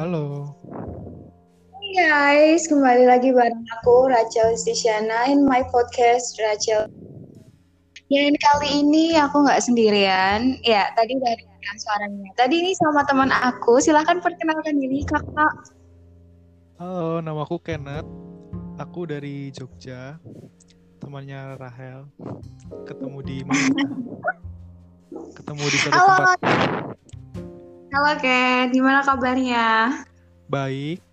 Halo. Hey guys, kembali lagi bareng aku Rachel Istisyana in my podcast Rachel. Dan kali ini aku nggak sendirian. Ya, tadi udah dengar suaranya. Tadi ini sama teman aku. Silahkan perkenalkan diri kakak. Halo, namaku Kenneth. Aku dari Jogja. Temannya Rahel. Ketemu di mana kita? Ketemu di satu Halo, tempat. halo Ken. Gimana kabarnya? Baik.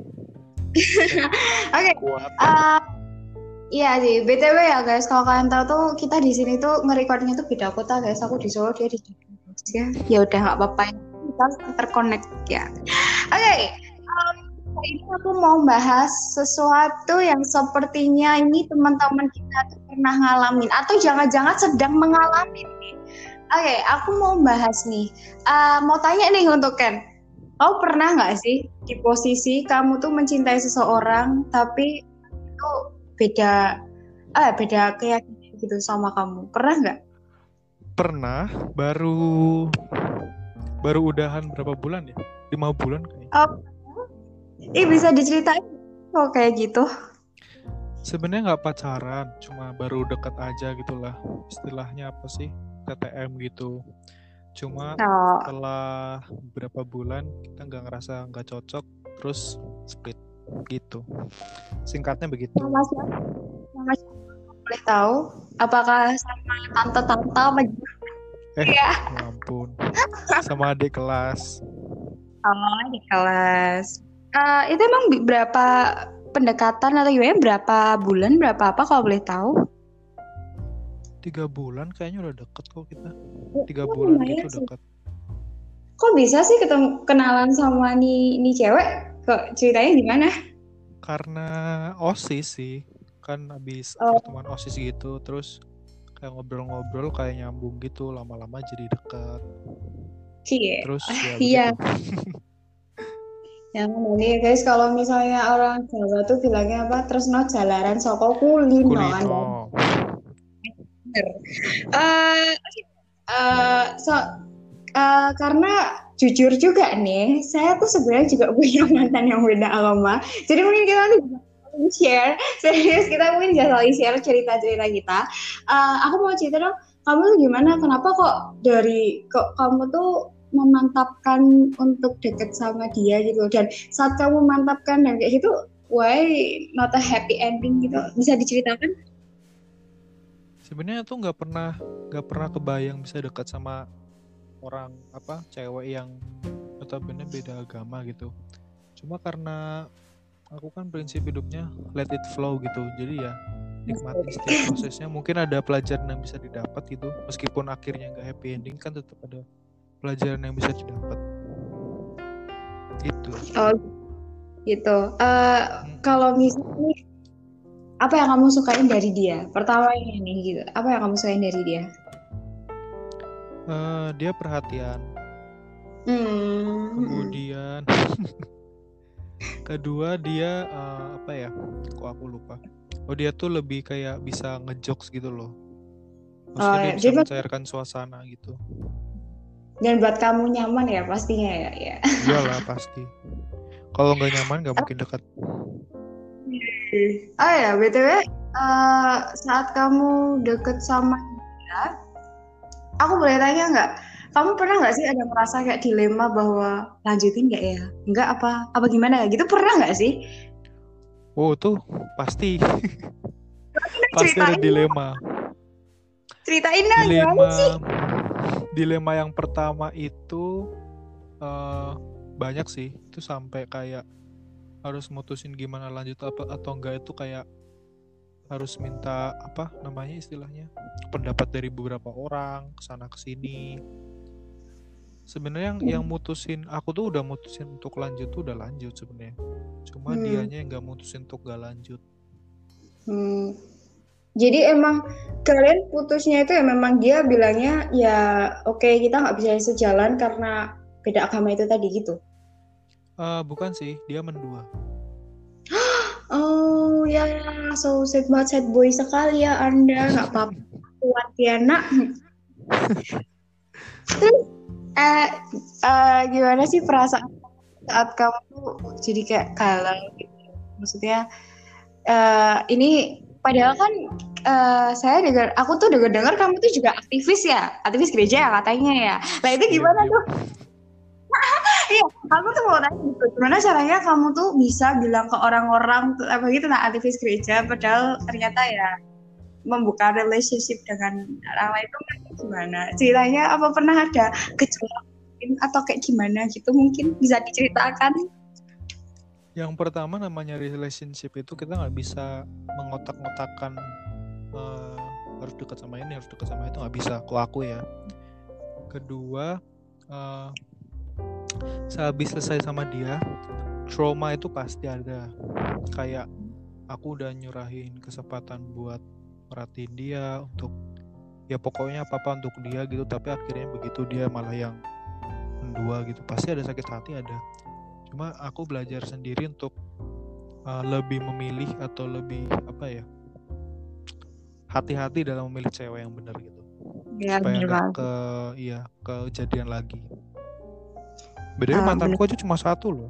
Oke. Kuat. Iya sih, BTW ya guys, kalau kalian tahu tuh kita di sini tuh nge-recordnya tuh beda kota guys. Aku di Solo, dia di Jogja. Ya udah nggak apa-apa. Kita terconnect ya. Oke, hari ini aku mau bahas sesuatu yang sepertinya ini teman-teman kita tuh pernah ngalamin atau jangan-jangan sedang mengalami nih. Oke, aku mau bahas nih. Mau tanya nih untuk Ken. Kau pernah nggak sih di posisi kamu tuh mencintai seseorang tapi itu beda keyakinan gitu sama kamu? Pernah nggak? Pernah. Baru udahan berapa bulan ya? 5 bulan kayaknya. Bisa diceritain kok kayak gitu? Sebenarnya nggak pacaran, cuma baru dekat aja gitulah. Istilahnya apa sih? TTM gitu. Cuma setelah beberapa bulan kita nggak ngerasa nggak cocok, terus split gitu. Singkatnya begitu. Sama siapa? Boleh tahu? Apakah sama tante-tante apa gimana? Ya ampun. Sama adik kelas. Oh, di kelas. Itu emang berapa pendekatan atau gimana? Berapa bulan? Berapa apa kalau boleh tahu? 3 bulan kayaknya udah deket kok kita. 3 bulan gitu sih. deket. Kok bisa sih kenalan sama nih cewek? Kok ceritanya gimana? Karena OSIS sih. Kan habis pertemuan OSIS gitu. Terus kayak ngobrol-ngobrol kayak nyambung gitu. Lama-lama jadi dekat. Terus ya begitu. Yang ini guys, kalau misalnya orang Jawa tuh bilangnya apa? Tresno jalaran saka kulino. Karena jujur juga nih, saya tuh sebenarnya juga punya mantan yang beda agama. Jadi mungkin kita nanti share, serius kita mungkin bisa saling share cerita-cerita kita. Aku mau cerita dong, kamu tuh gimana? Kenapa kok kamu tuh memantapkan untuk deket sama dia gitu? Dan saat kamu memantapkan dan kayak gitu, why not a happy ending gitu? Bisa diceritakan? Sebenarnya tuh nggak pernah kebayang bisa dekat sama orang cewek yang notabene beda agama gitu. Cuma karena aku kan prinsip hidupnya let it flow gitu, jadi ya nikmati setiap prosesnya. Mungkin ada pelajaran yang bisa didapat gitu, meskipun akhirnya nggak happy ending, kan tetap ada pelajaran yang bisa didapat gitu. Gitu. Kalau misalnya apa yang kamu sukain dari dia? Pertama ini gitu. Apa yang kamu sukain dari dia? Dia perhatian. Kemudian kedua dia kok aku lupa. Dia tuh lebih kayak bisa ngejokes gitu loh. Maksudnya dia bisa mencairkan suasana gitu. Dan buat kamu nyaman ya pastinya ya. Iyalah pasti. Kalau nggak nyaman nggak mungkin dekat. BTW saat kamu deket sama dia, aku boleh tanya nggak? Kamu pernah nggak sih ada merasa kayak dilema bahwa lanjutin nggak ya? Nggak apa gimana gitu, pernah nggak sih? Tuh pasti. Pasti ada dilema. Ceritain dong gimana sih? Dilema yang pertama itu banyak sih. Itu sampai kayak harus mutusin gimana lanjut atau enggak, itu kayak harus minta istilahnya pendapat dari beberapa orang kesana kesini. Sebenarnya yang mutusin, aku tuh udah mutusin untuk lanjut tuh udah lanjut sebenarnya. Cuma dianya yang nggak mutusin untuk gak lanjut. Jadi emang kalian putusnya itu ya memang dia bilangnya ya oke, kita nggak bisa sejalan karena beda agama itu tadi gitu? Bukan sih, dia mendua. Oh ya, so sad boy sekali ya Anda, nggak apa-apa, kuat ya nak. Terus gimana sih perasaan saat kamu tuh jadi kayak galau gitu. Maksudnya ini padahal kan aku tuh dengar kamu tuh juga aktivis gereja ya katanya ya. Nah itu Diam gimana diam. tuh? Iya, aku tuh mau tanya gitu, gimana caranya kamu tuh bisa bilang ke orang-orang apa gitu nah aktivis gereja, padahal ternyata ya membuka relationship dengan orang lain itu kan gimana? Ceritanya apa pernah ada gejolak atau kayak gimana gitu mungkin bisa diceritakan? Yang pertama namanya relationship itu kita nggak bisa mengotak-ngotakan harus dekat sama ini, harus dekat sama itu, nggak bisa. Kok aku ya. Kedua, sehabis selesai sama dia, trauma itu pasti ada. Kayak aku udah nyurahin kesempatan buat merhatiin dia, untuk ya pokoknya apa-apa untuk dia gitu, tapi akhirnya begitu dia malah yang mendua gitu, pasti ada sakit hati, ada. Cuma aku belajar sendiri untuk lebih memilih atau lebih hati-hati dalam memilih cewek yang benar gitu, Ya, supaya bener nggak banget. kejadian lagi. Bedanya mantanku aja cuma satu loh.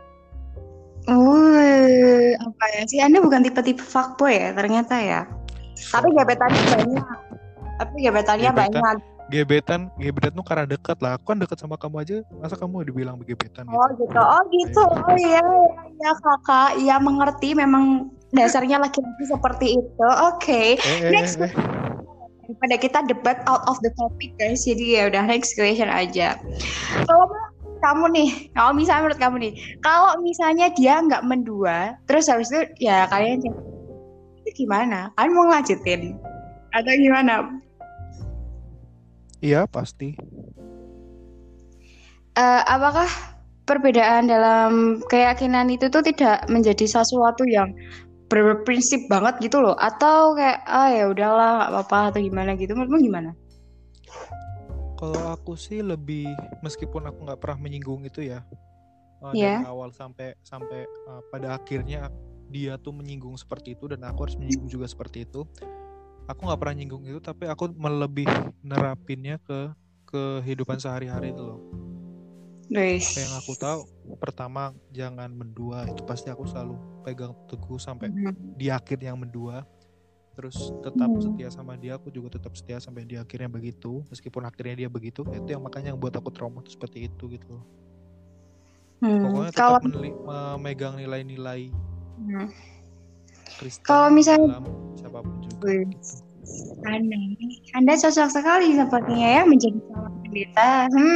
Apa ya sih? Anda bukan tipe-tipe fuckboy ya ternyata ya. Tapi gebetannya banyak. Gebetan tuh karena dekat lah. Aku kan dekat sama kamu aja, masa kamu dibilang gebetan gitu? Oh gitu. Oh iya, kakak. Iya mengerti. Memang dasarnya laki-laki seperti itu. Oke. Next. Daripada kita debat out of the topic guys. Jadi ya udah next question aja. Kalau menurut kamu nih, kalau misalnya dia nggak mendua, terus habis itu ya kalian itu gimana? Kalian mau ngelanjutin atau gimana? Iya pasti. Apakah perbedaan dalam keyakinan itu tuh tidak menjadi sesuatu yang berprinsip banget gitu loh? Atau kayak ya udahlah nggak apa-apa atau gimana gitu? Menurutmu gimana? Kalau aku sih lebih, meskipun aku nggak pernah menyinggung itu ya, Yeah. dari awal sampai pada akhirnya dia tuh menyinggung seperti itu dan aku harus menyinggung juga seperti itu. Aku nggak pernah nyinggung itu, tapi aku lebih nerapinnya ke kehidupan sehari-hari itu loh. Apa yang aku tahu, pertama jangan mendua, itu pasti aku selalu pegang teguh sampai di akhir yang mendua. Terus tetap setia sama dia, aku juga tetap setia sampai di akhirnya begitu, meskipun akhirnya dia begitu. Itu yang makanya yang buat aku trauma tuh seperti itu gitu loh. Pokoknya tetap memegang nilai-nilai Kristen kalau misalnya dalam siapapun juga gitu. Anda cocok sekali sepertinya ya menjadi seorang pendeta.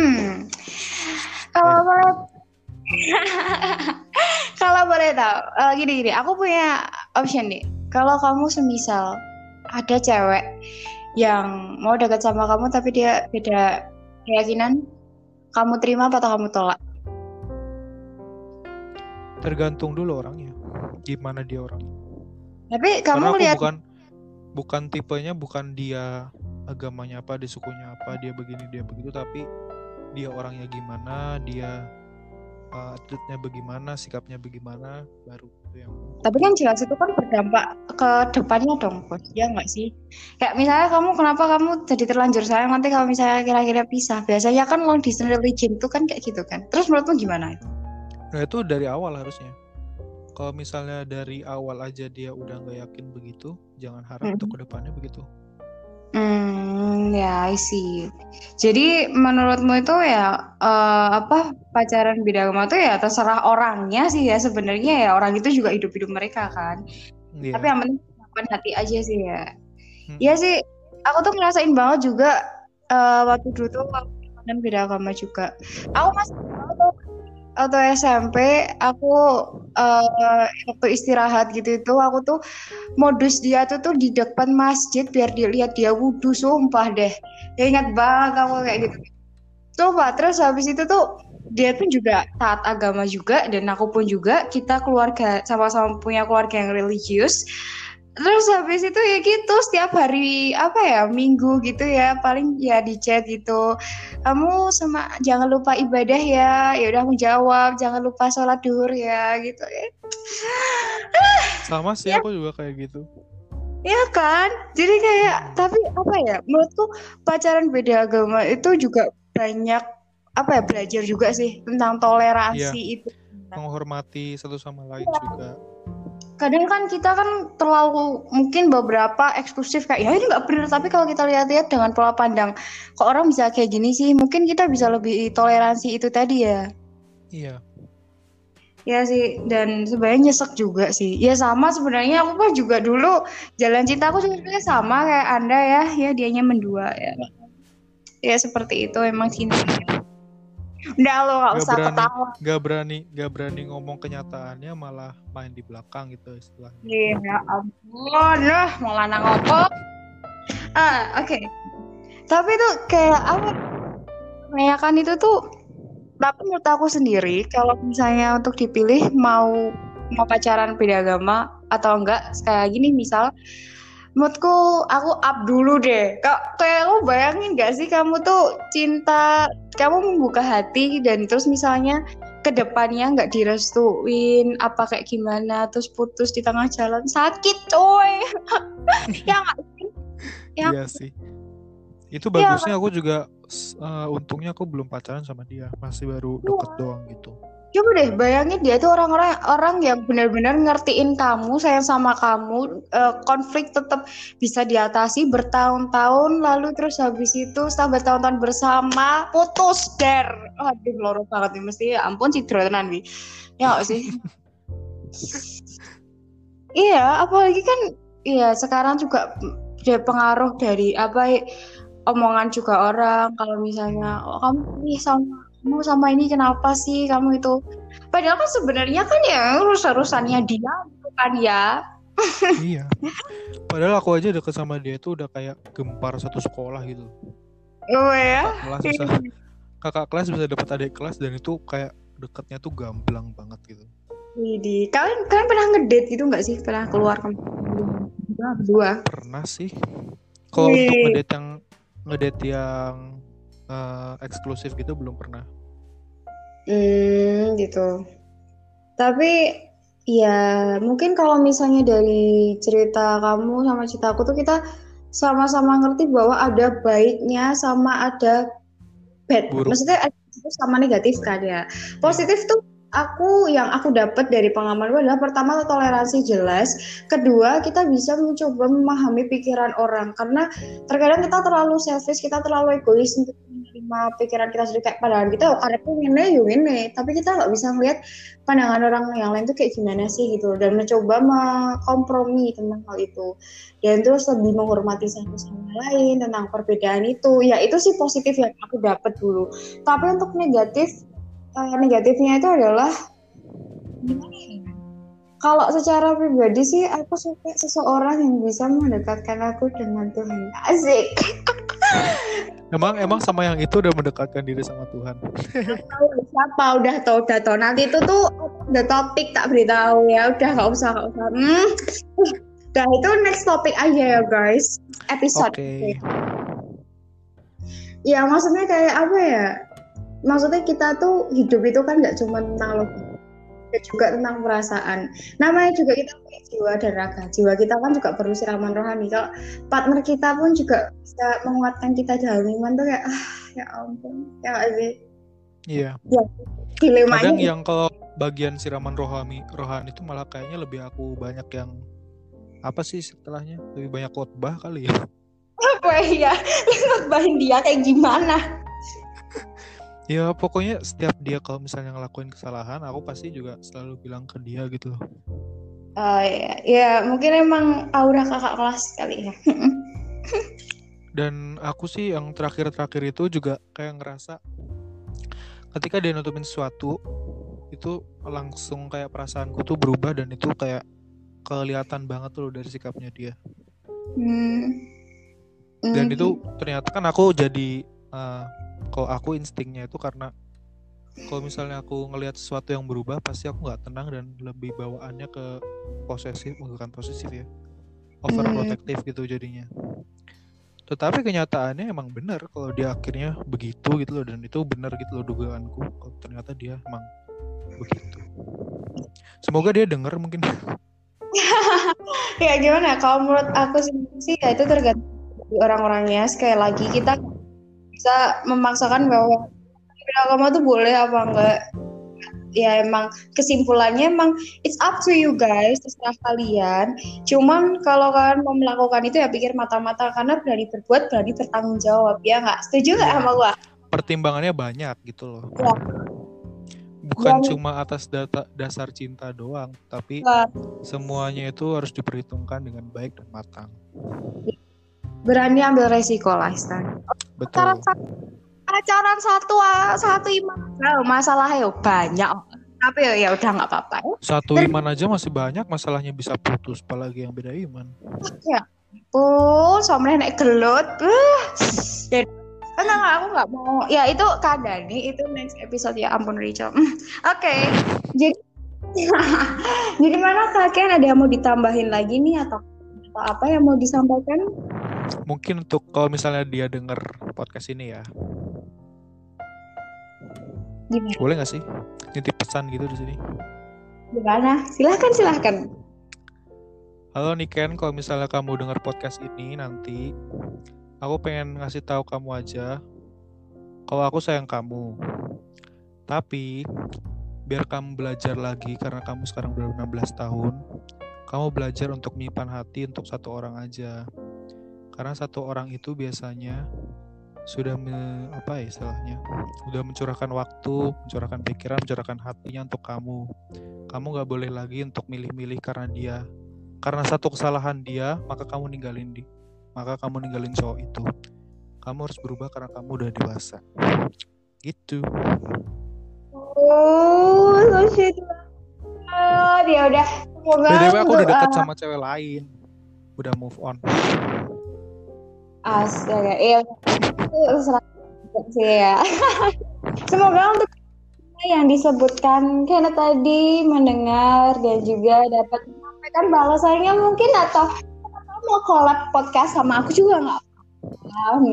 Kalau boleh tahu, gini, aku punya option nih. Kalau kamu semisal ada cewek yang mau dekat sama kamu tapi dia beda keyakinan, kamu terima atau kamu tolak? Tergantung dulu orangnya, gimana dia orangnya. Tapi kamu lihat, bukan tipenya, bukan dia agamanya apa, dia sukunya apa, dia begini dia begitu, tapi dia orangnya gimana, dia atletnya bagaimana, sikapnya bagaimana, baru itu yang. Tapi kan jelas itu kan berdampak ke depannya dong, Bos. Ya nggak sih? Kayak misalnya kenapa kamu jadi terlanjur sayang nanti kalau misalnya kira-kira pisah. Biasanya kan long distance religion itu kan kayak gitu kan. Terus menurutmu gimana itu? Nah itu dari awal harusnya. Kalau misalnya dari awal aja dia udah nggak yakin begitu, jangan harap untuk kedepannya begitu. Ya, I see. Jadi menurutmu itu ya pacaran beda agama itu ya terserah orangnya sih ya sebenarnya ya, orang itu juga hidup mereka kan. Yeah. Tapi yang penting hati aja sih ya. Iya sih, aku tuh ngerasain banget juga waktu dulu tuh kan beda agama juga. Aku masih atau SMP aku waktu istirahat gitu itu aku tuh modus dia tuh di depan masjid biar dilihat dia wudhu, sumpah deh. Ya ingat banget aku kayak gitu. Coba terus habis itu tuh dia tuh juga taat agama juga dan aku pun juga, kita keluarga sama-sama punya keluarga yang religius. Terus habis itu ya gitu setiap hari Minggu gitu ya paling ya di chat gitu, kamu jangan lupa ibadah ya udah aku jawab jangan lupa sholat duhur ya gitu ya. Sama sih aku juga kayak gitu. Ya kan, jadi kayak tapi menurutku pacaran beda agama itu juga banyak apa ya, belajar juga sih tentang Iya, toleransi itu. menghormati satu sama lain juga. Kadang kan kita kan terlalu mungkin beberapa eksklusif kayak ya ini nggak benar, tapi kalau kita lihat-lihat dengan pola pandang kok orang bisa kayak gini sih, mungkin kita bisa lebih toleransi itu tadi ya. Iya, Ya sih, dan sebenarnya nyesek juga sih. Ya sama sebenarnya aku kan juga dulu jalan cinta aku juga sebenarnya sama kayak Anda ya, ya dianya mendua ya. Ya seperti itu emang cinta. Udah lo nggak nggak usah berani, ketawa. nggak berani ngomong kenyataannya, malah main di belakang gitu istilahnya. Iya, ya ampun, mau lanang apa? Oke. Tapi tuh kayak apa? Kebanyakan itu tuh, tapi menurut aku sendiri, kalau misalnya untuk dipilih mau pacaran beda agama atau enggak, kayak gini misal, menurutku aku up dulu deh. Kayak lo bayangin gak sih kamu tuh cinta, kamu membuka hati dan terus misalnya ke depannya nggak direstuin, apa kayak gimana, terus putus di tengah jalan, sakit coy. Ya nggak sih? Ya, Iya sih. Itu ya, bagusnya aku juga untungnya aku belum pacaran sama dia, masih baru deket doang gitu. coba deh bayangin dia tuh orang yang benar-benar ngertiin kamu, sayang sama kamu, konflik tetap bisa diatasi bertahun-tahun, lalu terus habis itu setelah bertahun-tahun bersama putus der. Aduh loro banget nih mesti, ya ampun cidra tenan nih. Ya nggak sih? Iya, apalagi kan iya sekarang juga ada pengaruh dari apa omongan juga orang kalau misalnya oh, kamu sama ini kenapa sih kamu itu, padahal kan sebenarnya kan ya urusannya dia gitu kan ya. Iya. Padahal aku aja deket sama dia itu udah kayak gempar satu sekolah gitu. Oh ya. Kakak kelas bisa dapet adik kelas, dan itu kayak deketnya tuh gamblang banget gitu. Widih, kalian pernah ngedate gitu nggak sih, pernah keluar berdua? Pernah sih. Kalau untuk ngedate yang eksklusif gitu belum pernah. Gitu. Tapi ya mungkin kalau misalnya dari cerita kamu sama cerita aku tuh kita sama-sama ngerti bahwa ada baiknya sama ada bad. Buruk. Maksudnya ada positif sama negatif kan ya. Positif tuh yang aku dapat dari pengalaman gue adalah pertama toleransi jelas, kedua kita bisa mencoba memahami pikiran orang karena terkadang kita terlalu selfish, kita terlalu egois untuk menerima pikiran kita sendiri kayak pandangan kita karena aku ini, tapi kita nggak bisa melihat pandangan orang yang lain tuh kayak gimana sih gitu, dan mencoba kompromi tentang hal itu dan terus lebih menghormati satu sama lain tentang perbedaan itu. Ya itu sih positif yang aku dapat dulu. Tapi untuk negatifnya itu adalah gimana ya? Kalau secara pribadi sih aku suka seseorang yang bisa mendekatkan aku dengan Tuhan. Asik. Emang sama yang itu udah mendekatkan diri sama Tuhan. Siapa udah tahu nanti itu tuh the topik tak beritahu ya, udah nggak usah. Udah itu next topik aja ya guys, episode. Oke. Ya maksudnya kayak apa ya? Maksudnya kita tuh hidup itu kan nggak cuma tentang logika, juga tentang perasaan. Namanya juga kita punya jiwa dan raga. Jiwa kita kan juga perlu siraman rohani. Kalau partner kita pun juga bisa menguatkan kita dalam iman tuh kayak ya ampun, ya nggak sih? Iya. Ya, dilemanya. Kadang yang kalau bagian siraman rohani itu malah kayaknya lebih aku banyak yang apa sih setelahnya, lebih banyak khotbah kali ya. Apa ya? Khotbahin dia kayak gimana? Ya pokoknya setiap dia kalau misalnya ngelakuin kesalahan, aku pasti juga selalu bilang ke dia gitu loh. Ya mungkin emang aura kakak kelas kali ya. Dan aku sih yang terakhir itu juga kayak ngerasa ketika dia nutupin sesuatu itu langsung kayak perasaanku tuh berubah, dan itu kayak kelihatan banget loh dari sikapnya dia. Dan itu ternyata kan aku jadi kalau aku instingnya itu karena kalau misalnya aku ngelihat sesuatu yang berubah, pasti aku nggak tenang dan lebih bawaannya ke posesif, bukan posesif ya, overprotective gitu jadinya. Tetapi kenyataannya emang benar kalau dia akhirnya begitu gitu loh, dan itu benar gitu loh dugaanku kalau ternyata dia emang begitu. Semoga dia denger mungkin. Ya gimana? Kalau menurut aku sih ya itu tergantung orang-orangnya. Sekali lagi kita bisa memaksakan bahwa agama tuh boleh apa enggak? Ya emang kesimpulannya emang it's up to you guys, terserah kalian. Cuman kalau kalian mau melakukan itu ya pikir mata-mata karena berani berbuat, berani bertanggung jawab ya nggak? Setuju nggak Iya. sama gua? Pertimbangannya banyak gitu loh. Ya. Bukan Dan cuma atas dasar cinta doang, tapi semuanya itu harus diperhitungkan dengan baik dan matang. berani ambil resiko lah istilahnya. Betul. Pacaran satu iman masalahnya banyak, tapi ya udah nggak apa-apa. Satu iman aja masih banyak masalahnya bisa putus, apalagi yang beda iman. Ya, soalnya naik gelut. Ya, enggak, aku nggak mau. Ya itu kadani itu next episode ya ampun Rachel. Oke. Jadi mana kalian ada yang mau ditambahin lagi nih atau apa yang mau disampaikan? Mungkin untuk kalau misalnya dia denger podcast ini ya. Gimana? Boleh nggak sih nitip pesan gitu di sini? Gimana? Silahkan. Halo Niken, kalau misalnya kamu denger podcast ini nanti, aku pengen ngasih tahu kamu aja kalau aku sayang kamu. Tapi biar kamu belajar lagi karena kamu sekarang udah 16 tahun, kamu belajar untuk menyimpan hati untuk satu orang aja. Karena satu orang itu biasanya sudah udah mencurahkan waktu, mencurahkan pikiran, mencurahkan hatinya untuk kamu. Kamu gak boleh lagi untuk milih-milih karena dia. Karena satu kesalahan dia, maka kamu ninggalin cowok itu. Kamu harus berubah karena kamu udah dewasa. Gitu. Oh, so shit. Dia udah. BTW aku udah deket sama cewek lain. Udah move on. Astaga, iya. Sih ya. Semoga untuk yang disebutkan karena tadi mendengar dan juga dapat menyampaikan balasannya mungkin atau mau collab podcast sama aku juga nggak apa-apa.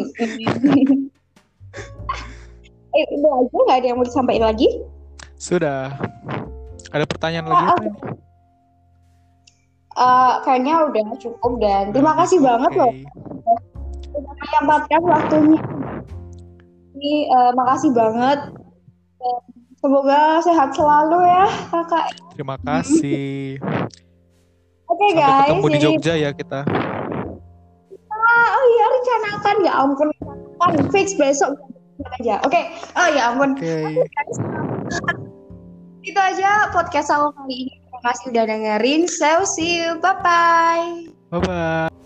Itu aja, nggak ada yang mau disampaikan lagi? Sudah. Ada pertanyaan lagi apa ini? Kayaknya udah cukup dan terima kasih banget loh udah menyempatkan waktunya. Ini makasih banget. Semoga sehat selalu ya kakak. Terima kasih. Oke Sampai guys. ketemu di Jogja ya kita. Oh iya rencanakan ya ampun. Fix besok aja. Oke. Oh ya ampun. Oke. Itu aja podcast aku kali ini. Terima kasih udah dengerin. So see you. Bye bye. Bye bye.